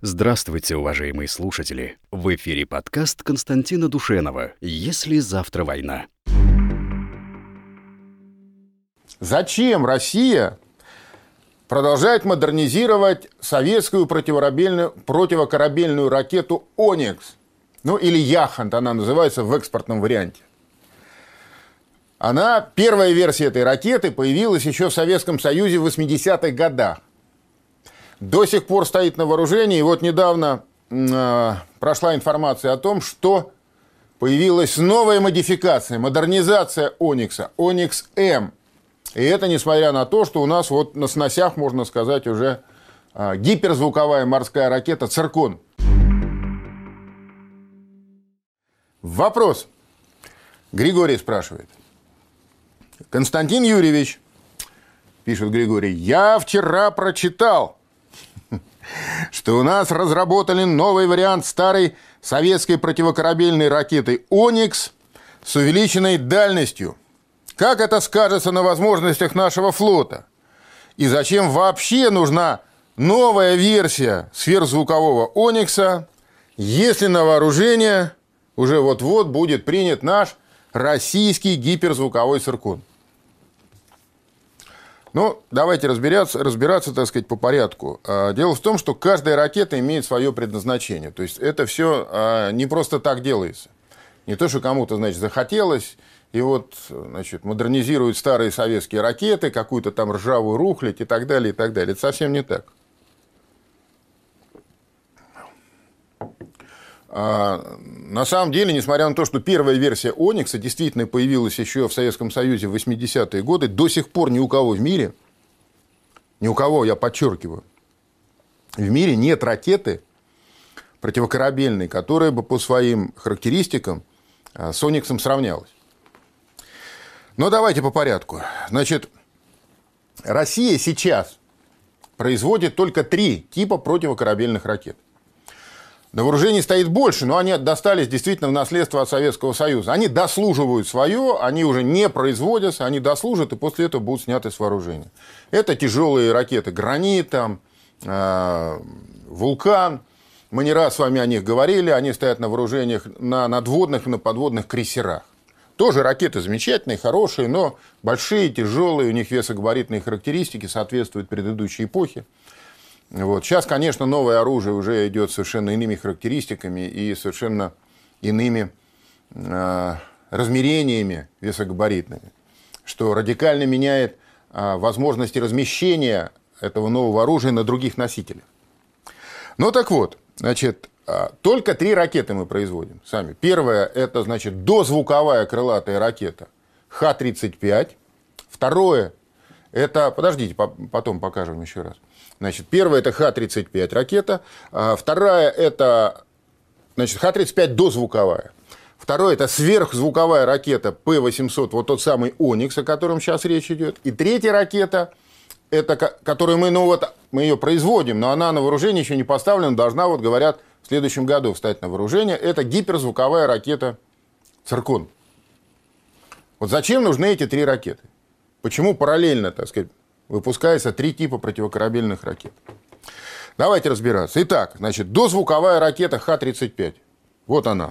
Здравствуйте, уважаемые слушатели! В эфире подкаст Константина Душенова «Если завтра война». Зачем Россия продолжает модернизировать советскую противокорабельную ракету «Оникс»? Ну, или «Яхонт», она называется в экспортном варианте. Первая версия этой ракеты появилась еще в Советском Союзе в 80-х годах. До сих пор стоит на вооружении. И вот недавно прошла информация о том, что появилась новая модификация, модернизация «Оникса», «Оникс-М». И это несмотря на то, что у нас вот на сносях, можно сказать, уже гиперзвуковая морская ракета «Циркон». Вопрос. Григорий спрашивает. Константин Юрьевич, пишет Григорий, я вчера прочитал, что у нас разработали новый вариант старой советской противокорабельной ракеты «Оникс» с увеличенной дальностью. Как это скажется на возможностях нашего флота? И зачем вообще нужна новая версия сверхзвукового «Оникса», если на вооружение уже вот-вот будет принят наш российский гиперзвуковой «Циркон»? Ну, давайте разбираться, так сказать, по порядку. Дело в том, что каждая ракета имеет свое предназначение. То есть это все не просто так делается. Не то, что кому-то, значит, захотелось, и вот, значит, модернизируют старые советские ракеты, какую-то там ржавую рухлядь и так далее, и так далее. Это совсем не так. На самом деле, несмотря на то, что первая версия «Оникса» действительно появилась еще в Советском Союзе в 80-е годы, до сих пор ни у кого в мире, ни у кого, я подчеркиваю, в мире нет ракеты противокорабельной, которая бы по своим характеристикам с «Ониксом» сравнялась. Но давайте по порядку. Значит, Россия сейчас производит только 3 типа противокорабельных ракет. На вооружении стоит больше, но они достались действительно в наследство от Советского Союза. Они дослуживают свое, они уже не производятся, они дослужат и после этого будут сняты с вооружения. Это тяжелые ракеты «Гранит», там, «Вулкан». Мы не раз с вами о них говорили, они стоят на вооружениях на надводных и на подводных крейсерах. Тоже ракеты замечательные, хорошие, но большие, тяжелые, у них весогабаритные характеристики соответствуют предыдущей эпохе. Вот. Сейчас, конечно, новое оружие уже идет с совершенно иными характеристиками и совершенно иными размерениями весогабаритными, что радикально меняет возможности размещения этого нового оружия на других носителях. Ну так вот, значит, только 3 ракеты мы производим сами. Первая – это, значит, дозвуковая крылатая ракета Х-35. Второе – это, подождите, потом покажем еще раз. Значит, первая – это Х-35 ракета, вторая – это, значит, Х-35 дозвуковая. Второе – это сверхзвуковая ракета П-800, вот тот самый «Оникс», о котором сейчас речь идет. И третья ракета, это, которую мы ее производим, но она на вооружение еще не поставлена, должна, вот говорят, в следующем году встать на вооружение. Это гиперзвуковая ракета «Циркон». Вот зачем нужны эти 3 ракеты? Почему параллельно, так сказать, выпускается 3 типа противокорабельных ракет? Давайте разбираться. Итак, значит, дозвуковая ракета Х-35. Вот она.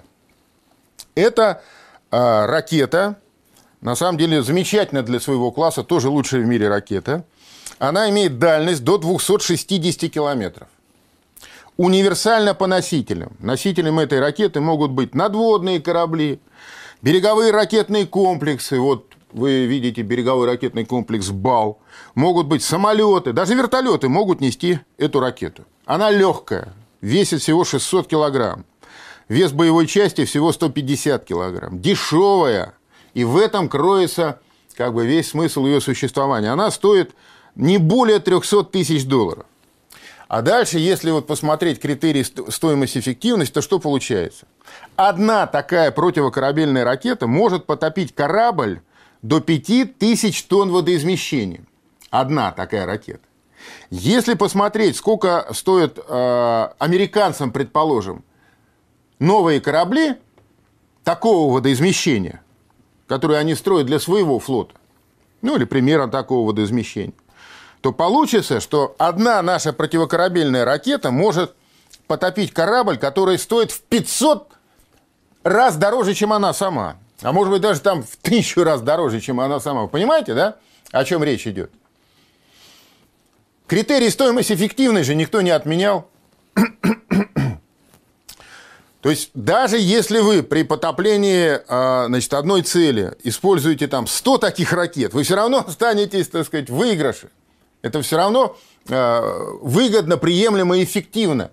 Это ракета, на самом деле, замечательная для своего класса, тоже лучшая в мире ракета. Она имеет дальность до 260 километров. Универсально по носителям. Носителем этой ракеты могут быть надводные корабли, береговые ракетные комплексы. Вот вы видите береговой ракетный комплекс «Бал». Могут быть самолеты, даже вертолеты могут нести эту ракету. Она легкая, весит всего 600 килограмм. Вес боевой части всего 150 килограмм. Дешевая. И в этом кроется как бы весь смысл ее существования. Она стоит не более $300 тысяч. А дальше, если вот посмотреть критерии стоимость-эффективность, то что получается? Одна такая противокорабельная ракета может потопить корабль до 5000 тонн водоизмещения. Одна такая ракета. Если посмотреть, сколько стоят американцам, предположим, новые корабли такого водоизмещения, которые они строят для своего флота, ну или примерно такого водоизмещения, то получится, что одна наша противокорабельная ракета может потопить корабль, который стоит в 500 раз дороже, чем она сама. А может быть, даже там в 1000 раз дороже, чем она сама. Вы понимаете, да, о чем речь идет? Критерий стоимость эффективной же никто не отменял. То есть, даже если вы при потоплении, значит, одной цели используете там 100 таких ракет, вы все равно останетесь, так сказать, в выигрыше. Это все равно выгодно, приемлемо и эффективно.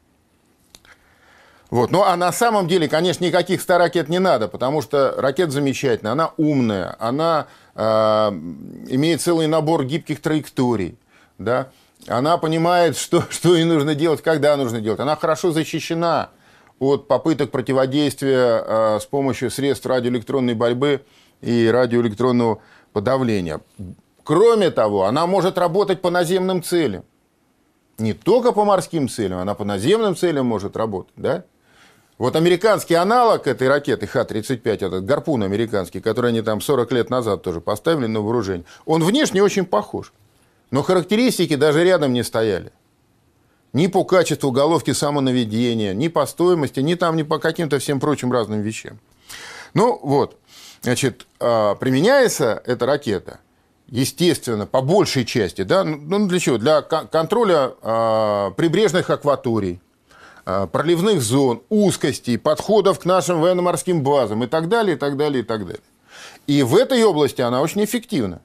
Вот. Ну, а на самом деле, конечно, никаких 100 ракет не надо, потому что ракета замечательная, она умная, она имеет целый набор гибких траекторий, да? Она понимает, что ей нужно делать, когда нужно делать. Она хорошо защищена от попыток противодействия с помощью средств радиоэлектронной борьбы и радиоэлектронного подавления. Кроме того, она может работать по наземным целям. Не только по морским целям, она по наземным целям может работать. Да? Вот американский аналог этой ракеты Х-35, этот гарпун американский, который они там 40 лет назад тоже поставили на вооружение, он внешне очень похож. Но характеристики даже рядом не стояли. Ни по качеству головки самонаведения, ни по стоимости, ни по каким-то всем прочим разным вещам. Ну вот, значит, применяется эта ракета, естественно, по большей части, да, ну для чего? Для контроля прибрежных акваторий, проливных зон, узкостей, подходов к нашим военно-морским базам и так далее, и так далее, и так далее. И в этой области она очень эффективна.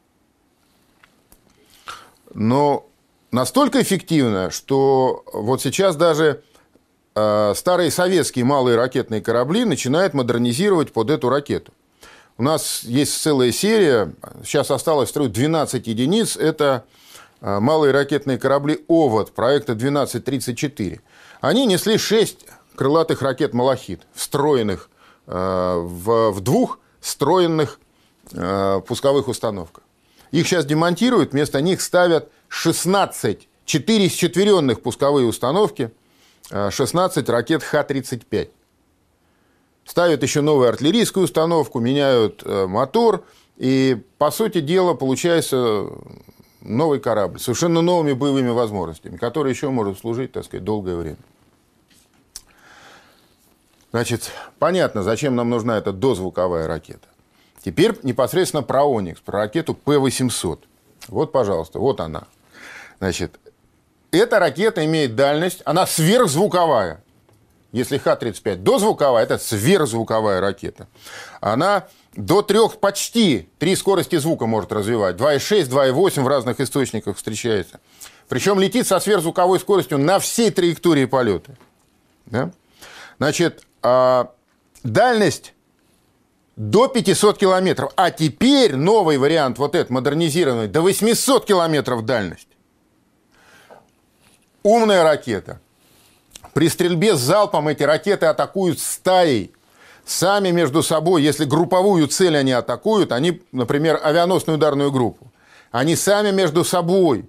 Но настолько эффективно, что вот сейчас даже старые советские малые ракетные корабли начинают модернизировать под эту ракету. У нас есть целая серия, сейчас осталось строить 12 единиц, это малые ракетные корабли «Овод» проекта 1234. Они несли 6 крылатых ракет «Малахит», встроенных в 2 встроенных пусковых установках. Их сейчас демонтируют, вместо них ставят 16 4-счетверенных пусковые установки, 16 ракет Х-35. Ставят еще новую артиллерийскую установку, меняют мотор, и, по сути дела, получается новый корабль с совершенно новыми боевыми возможностями, который еще может служить, так сказать, долгое время. Значит, понятно, зачем нам нужна эта дозвуковая ракета. Теперь непосредственно про «Оникс», про ракету П-800. Вот, пожалуйста, вот она. Значит, эта ракета имеет дальность, она сверхзвуковая. Если Х-35 дозвуковая, это сверхзвуковая ракета. Она до 3, почти 3 скорости звука может развивать. 2,6, 2,8 в разных источниках встречается. Причем летит со сверхзвуковой скоростью на всей траектории полета. Да? Значит, дальность до 500 километров. А теперь новый вариант, вот этот модернизированный, до 800 километров дальность. Умная ракета. При стрельбе с залпом эти ракеты атакуют стаей. Сами между собой, если групповую цель они атакуют, они, например, авианосную ударную группу, они сами между собой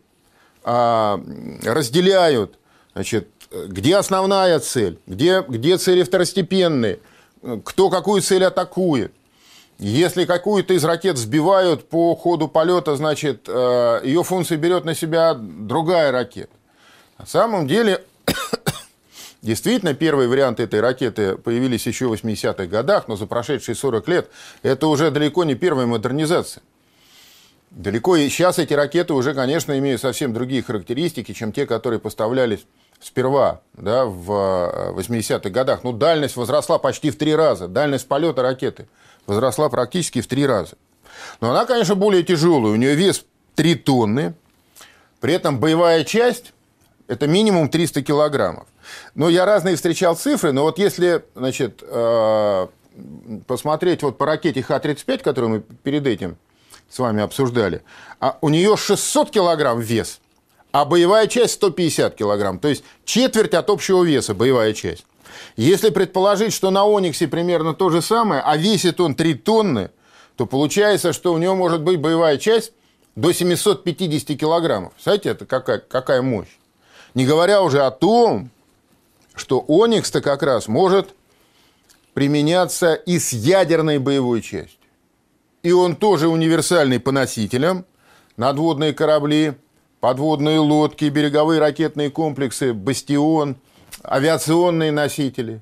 разделяют, значит, где основная цель, где цели второстепенные, кто какую цель атакует. Если какую-то из ракет сбивают по ходу полета, значит, ее функцию берет на себя другая ракета. На самом деле, действительно, первые варианты этой ракеты появились еще в 80-х годах, но за прошедшие 40 лет это уже далеко не первая модернизация. Далеко и сейчас эти ракеты уже, конечно, имеют совсем другие характеристики, чем те, которые поставлялись сперва, да, в 80-х годах. Ну, дальность возросла почти в 3 раза. Дальность полета ракеты возросла практически в 3 раза. Но она, конечно, более тяжелая. У нее вес 3 тонны. При этом боевая часть – это минимум 300 килограммов. Но я разные встречал цифры, но вот если, значит, посмотреть вот по ракете Х-35, которую мы перед этим с вами обсуждали, у нее 600 килограмм вес, а боевая часть 150 килограмм. То есть четверть от общего веса боевая часть. Если предположить, что на «Ониксе» примерно то же самое, а весит он 3 тонны, то получается, что у него может быть боевая часть до 750 килограммов. Знаете, это какая мощь? Не говоря уже о том, что «Оникс»-то как раз может применяться и с ядерной боевой частью. И он тоже универсальный по носителям. Надводные корабли, подводные лодки, береговые ракетные комплексы «Бастион», авиационные носители.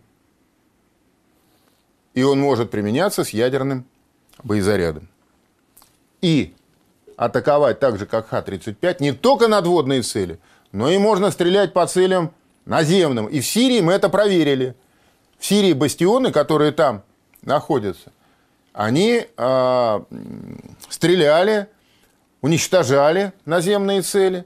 И он может применяться с ядерным боезарядом. И атаковать так же, как Х-35, не только надводные цели, но и можно стрелять по целям наземным. И в Сирии мы это проверили. В Сирии бастионы, которые там находятся, они стреляли, уничтожали наземные цели.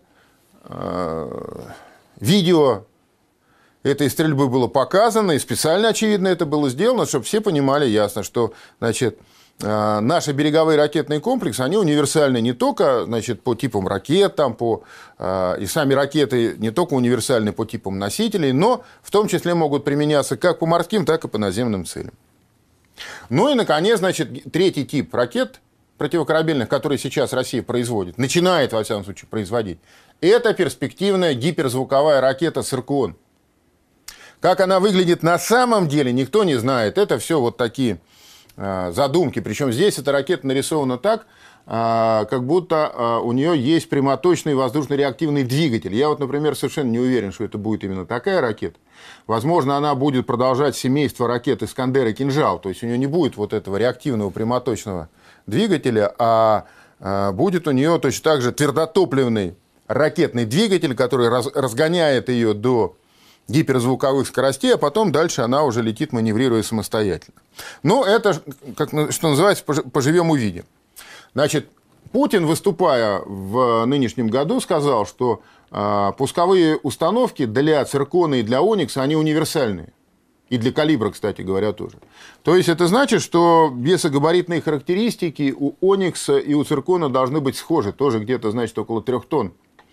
Видео этой стрельбы было показано, и специально, очевидно, это было сделано, чтобы все понимали ясно, что, значит, наши береговые ракетные комплексы, они универсальны не только, значит, по типам ракет, там, и сами ракеты не только универсальны по типам носителей, но в том числе могут применяться как по морским, так и по наземным целям. Ну и, наконец, значит, третий тип ракет противокорабельных, которые сейчас Россия производит, начинает, во всяком случае, производить, это перспективная гиперзвуковая ракета «Циркон». Как она выглядит на самом деле, никто не знает. Это все вот такие задумки. Причем здесь эта ракета нарисована так, как будто у нее есть прямоточный воздушно-реактивный двигатель. Я вот, например, совершенно не уверен, что это будет именно такая ракета. Возможно, она будет продолжать семейство ракет «Искандер» и «Кинжал». То есть у нее не будет вот этого реактивного прямоточного двигателя, а будет у нее точно так же твердотопливный ракетный двигатель, который разгоняет ее до гиперзвуковых скоростей, а потом дальше она уже летит, маневрируя самостоятельно. Но это, как, что называется, поживем увидим. Значит, Путин, выступая в нынешнем году, сказал, что пусковые установки для «Циркона» и для «Оникса», они универсальные. И для «Калибра», кстати говоря, тоже. То есть это значит, что весогабаритные характеристики у «Оникса» и у «Циркона» должны быть схожи. Тоже где-то, значит, около 3 тонн.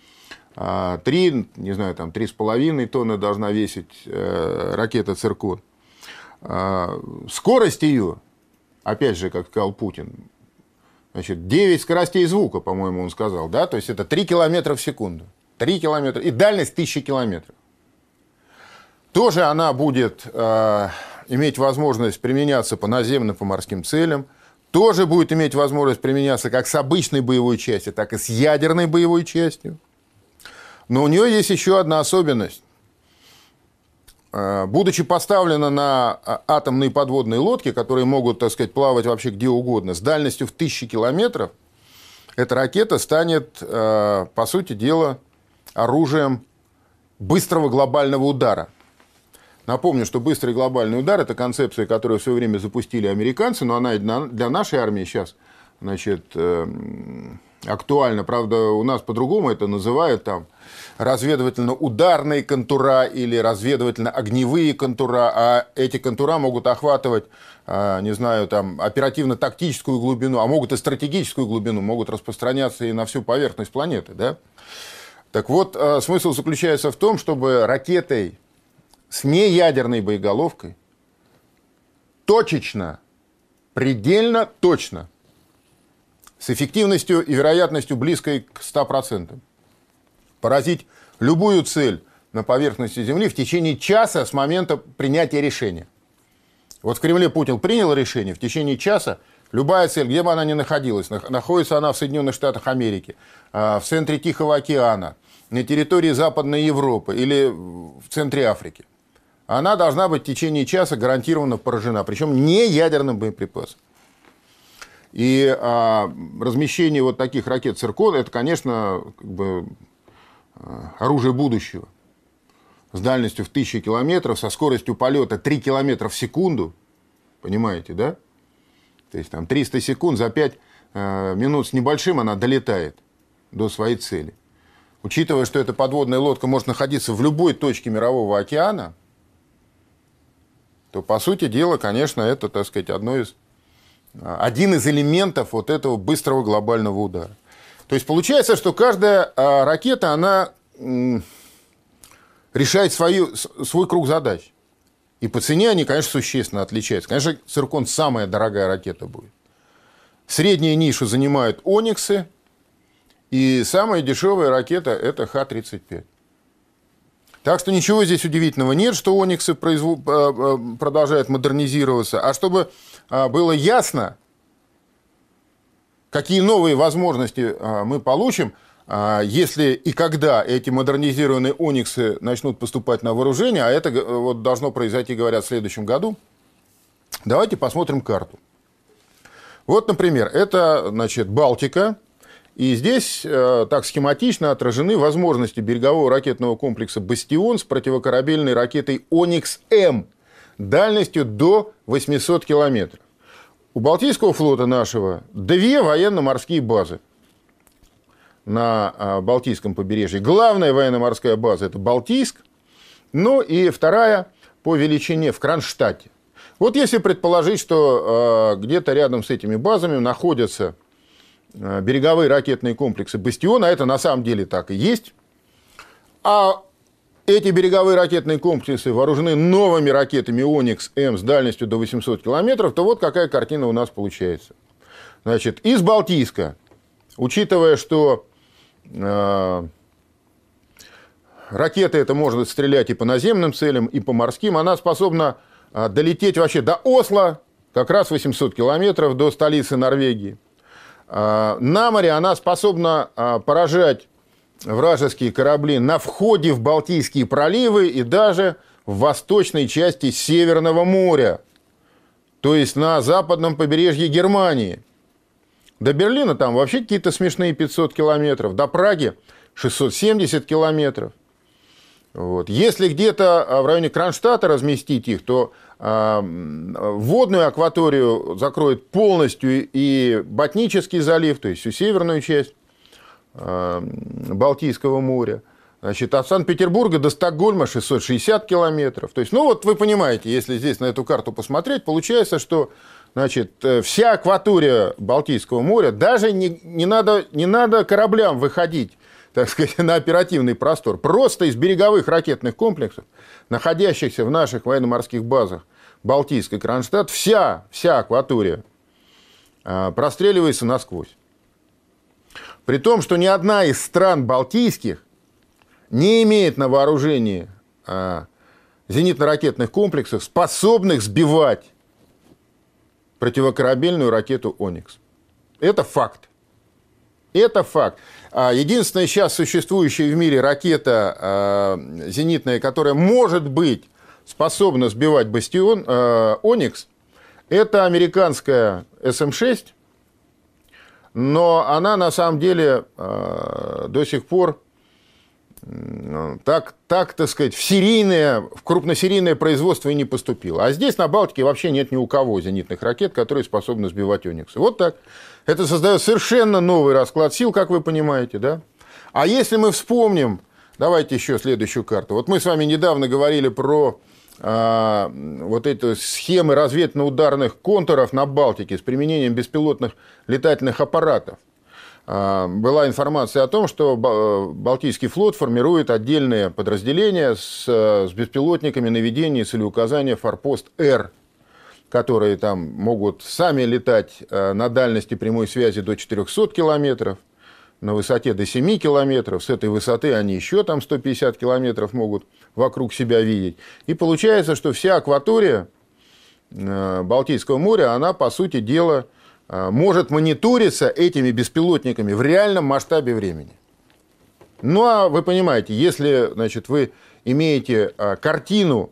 3, не знаю, там 3,5 тонны должна весить ракета «Циркон». Скорость ее, опять же, как сказал Путин, значит, 9 скоростей звука, по-моему, он сказал, да, то есть это 3 километра в секунду. 3 километра. И дальность 1000 километров. Тоже она будет иметь возможность применяться по наземным, по морским целям. Тоже будет иметь возможность применяться как с обычной боевой частью, так и с ядерной боевой частью. Но у нее есть еще одна особенность. Будучи поставлена на атомные подводные лодки, которые могут, так сказать, плавать вообще где угодно, с дальностью в 1000 километров, эта ракета станет, по сути дела, оружием быстрого глобального удара. Напомню, что быстрый глобальный удар – это концепция, которую в свое время запустили американцы, но она для нашей армии сейчас, значит, актуальна. Правда, у нас по-другому это называют, там, разведывательно-ударные контура или разведывательно-огневые контура, а эти контура могут охватывать, не знаю, там, оперативно-тактическую глубину, а могут и стратегическую глубину, могут распространяться и на всю поверхность планеты, да? Так вот, смысл заключается в том, чтобы ракетой с неядерной боеголовкой точечно, предельно точно, с эффективностью и вероятностью близкой к 100%, поразить любую цель на поверхности Земли в течение часа с момента принятия решения. Вот в Кремле Путин принял решение, в течение часа любая цель, где бы она ни находилась, находится она в Соединенных Штатах Америки, в центре Тихого океана, на территории Западной Европы или в центре Африки, она должна быть в течение часа гарантированно поражена, причем не ядерным боеприпасом. И размещение вот таких ракет «Циркон» – это, конечно, как бы оружие будущего. С дальностью в 1000 километров, со скоростью полета 3 километра в секунду. Понимаете, да? То есть там 300 секунд, за 5 минут с небольшим она долетает до своей цели. Учитывая, что эта подводная лодка может находиться в любой точке Мирового океана, то, по сути дела, конечно, это, так сказать, один из элементов вот этого быстрого глобального удара. То есть получается, что каждая ракета, она решает свой круг задач. И по цене они, конечно, существенно отличаются. Конечно, «Циркон» самая дорогая ракета будет. Среднюю нишу занимают «Ониксы». И самая дешевая ракета – это Х-35. Так что ничего здесь удивительного нет, что «Ониксы» продолжают модернизироваться. А чтобы было ясно, какие новые возможности мы получим, если и когда эти модернизированные «Ониксы» начнут поступать на вооружение, а это вот должно произойти, говорят, в следующем году, давайте посмотрим карту. Вот, например, это, значит, Балтика, и здесь так схематично отражены возможности берегового ракетного комплекса «Бастион» с противокорабельной ракетой «Оникс-М» дальностью до 800 километров. У Балтийского флота нашего 2 военно-морские базы на Балтийском побережье. Главная военно-морская база – это Балтийск, ну и вторая по величине в Кронштадте. Вот если предположить, что где-то рядом с этими базами находятся береговые ракетные комплексы «Бастион», а это на самом деле так и есть, а эти береговые ракетные комплексы вооружены новыми ракетами «Оникс-М» с дальностью до 800 километров, то вот какая картина у нас получается. Значит, из Балтийска, учитывая, что ракеты это может стрелять и по наземным целям, и по морским, она способна долететь вообще до Осло, как раз 800 километров, до столицы Норвегии. На море она способна поражать вражеские корабли на входе в Балтийские проливы и даже в восточной части Северного моря, то есть на западном побережье Германии. До Берлина там вообще какие-то смешные 500 километров, до Праги 670 километров. Вот. Если где-то в районе Кронштадта разместить их, то водную акваторию закроет полностью и Ботнический залив, то есть всю северную часть Балтийского моря. Значит, от Санкт-Петербурга до Стокгольма 660 километров. То есть, ну вот вы понимаете, если здесь на эту карту посмотреть, получается, что, значит, вся акватория Балтийского моря, даже не надо кораблям выходить, так сказать, на оперативный простор. Просто из береговых ракетных комплексов, находящихся в наших военно-морских базах Балтийск и Кронштадт, вся акватория простреливается насквозь. При том, что ни одна из стран балтийских не имеет на вооружении зенитно-ракетных комплексов, способных сбивать противокорабельную ракету «Оникс». Это факт. Это факт. Единственная сейчас существующая в мире ракета зенитная, которая может быть способна сбивать «Бастион», «Оникс», это американская СМ-6, но она на самом деле до сих пор так сказать, в крупносерийное производство и не поступило. А здесь на Балтике вообще нет ни у кого зенитных ракет, которые способны сбивать «Ониксы». Вот так. Это создает совершенно новый расклад сил, как вы понимаете, да? А если мы вспомним, давайте еще следующую карту. Вот мы с вами недавно говорили про вот эти схемы разведывательно-ударных контуров на Балтике с применением беспилотных летательных аппаратов. Была информация о том, что Балтийский флот формирует отдельные подразделения с беспилотниками наведения и целеуказания «Форпост-Р», которые там могут сами летать на дальности прямой связи до 400 километров, на высоте до 7 километров. С этой высоты они еще там 150 километров могут вокруг себя видеть. И получается, что вся акватория Балтийского моря, она, по сути дела, может мониториться этими беспилотниками в реальном масштабе времени. Ну, а вы понимаете, если, значит, вы имеете картину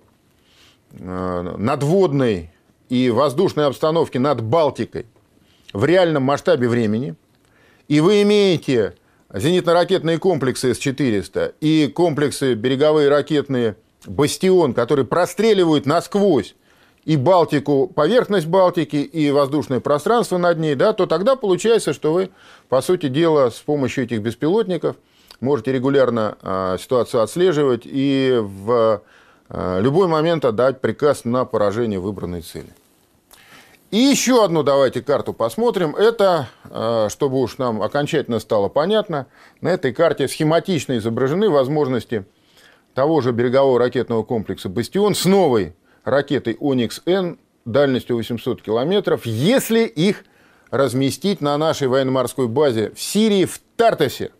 надводной и воздушной обстановки над Балтикой в реальном масштабе времени, и вы имеете зенитно-ракетные комплексы С-400 и комплексы береговые ракетные «Бастион», которые простреливают насквозь и Балтику, поверхность Балтики, и воздушное пространство над ней, да, то тогда получается, что вы, по сути дела, с помощью этих беспилотников можете регулярно ситуацию отслеживать и в любой момент отдать приказ на поражение выбранной цели. И еще одну давайте карту посмотрим. Это, чтобы уж нам окончательно стало понятно, на этой карте схематично изображены возможности того же берегового ракетного комплекса «Бастион» с новой ракетой «Оникс-Н» дальностью 800 километров, если их разместить на нашей военно-морской базе в Сирии, в Тартусе.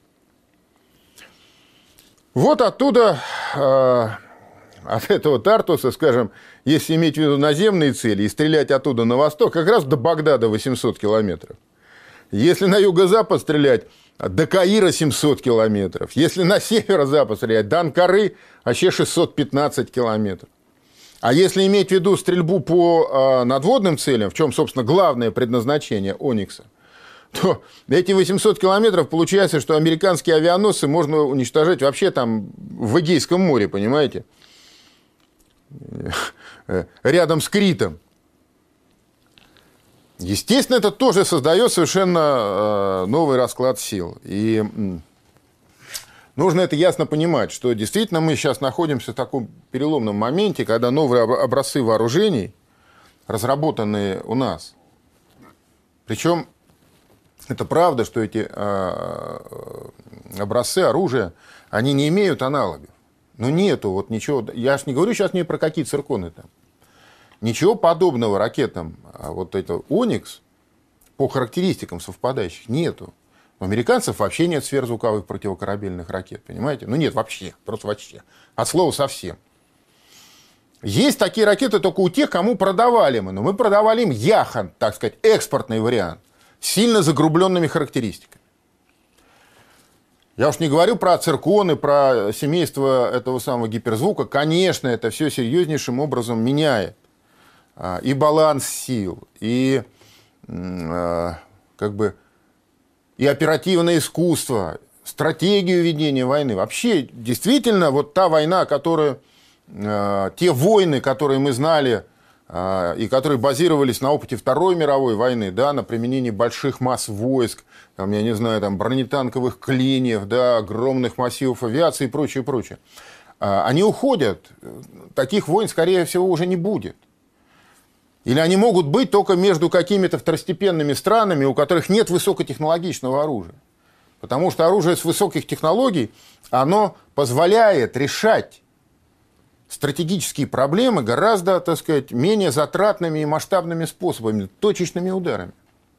Вот оттуда, от этого Тартуса, скажем, если иметь в виду наземные цели и стрелять оттуда на восток, как раз до Багдада 800 километров. Если на юго-запад стрелять, до Каира 700 километров. Если на северо-запад стрелять, до Анкары вообще 615 километров. А если иметь в виду стрельбу по надводным целям, в чем, собственно, главное предназначение «Оникса», то эти 800 километров, получается, что американские авианосцы можно уничтожать вообще там в Эгейском море, понимаете? Рядом с Критом. Естественно, это тоже создает совершенно новый расклад сил. И нужно это ясно понимать, что действительно мы сейчас находимся в таком переломном моменте, когда новые образцы вооружений разработанные у нас. Причем это правда, что эти образцы оружия, они не имеют аналогов. Но нету вот ничего. Я же не говорю сейчас не про какие цирконы там. Ничего подобного ракетам, вот это «Оникс», по характеристикам совпадающих, нету. У американцев вообще нет сверхзвуковых противокорабельных ракет, понимаете? Ну нет, вообще, просто вообще. От слова совсем. Есть такие ракеты только у тех, кому продавали мы. Но мы продавали им Яхан, так сказать, экспортный вариант, с сильно загрубленными характеристиками. Я уж не говорю про цирконы, про семейство этого самого гиперзвука. Конечно, это все серьезнейшим образом меняет и баланс сил, и как бы и оперативное искусство, стратегию ведения войны. Вообще, действительно, вот та война, которую, те войны, которые мы знали и которые базировались на опыте Второй мировой войны, да, на применении больших масс войск, там, я не знаю, там, бронетанковых клиньев, да, огромных массивов авиации и прочее, прочее, они уходят. Таких войн, скорее всего, уже не будет. Или они могут быть только между какими-то второстепенными странами, у которых нет высокотехнологичного оружия. Потому что оружие с высоких технологий, оно позволяет решать стратегические проблемы гораздо, так сказать, менее затратными и масштабными способами, точечными ударами.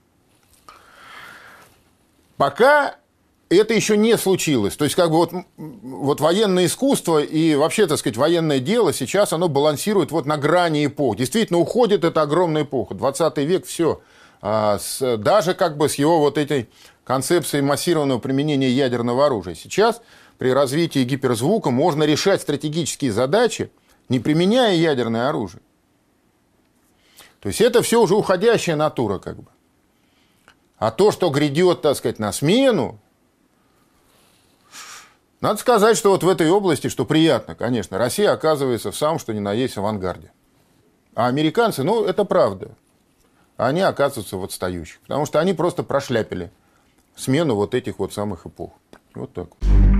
Пока это еще не случилось. То есть, как бы вот военное искусство и вообще, так сказать, военное дело сейчас оно балансирует вот на грани эпох. Действительно, уходит эта огромная эпоха. 20 век, все. Даже как бы с его вот этой концепцией массированного применения ядерного оружия. Сейчас при развитии гиперзвука можно решать стратегические задачи, не применяя ядерное оружие. То есть, это все уже уходящая натура, как бы. А то, что грядет, так сказать, на смену, надо сказать, что вот в этой области, что приятно, конечно, Россия оказывается в самом, что ни на есть, авангарде. А американцы, ну, это правда, они оказываются в отстающих, потому что они просто прошляпили смену вот этих вот самых эпох. Вот так вот.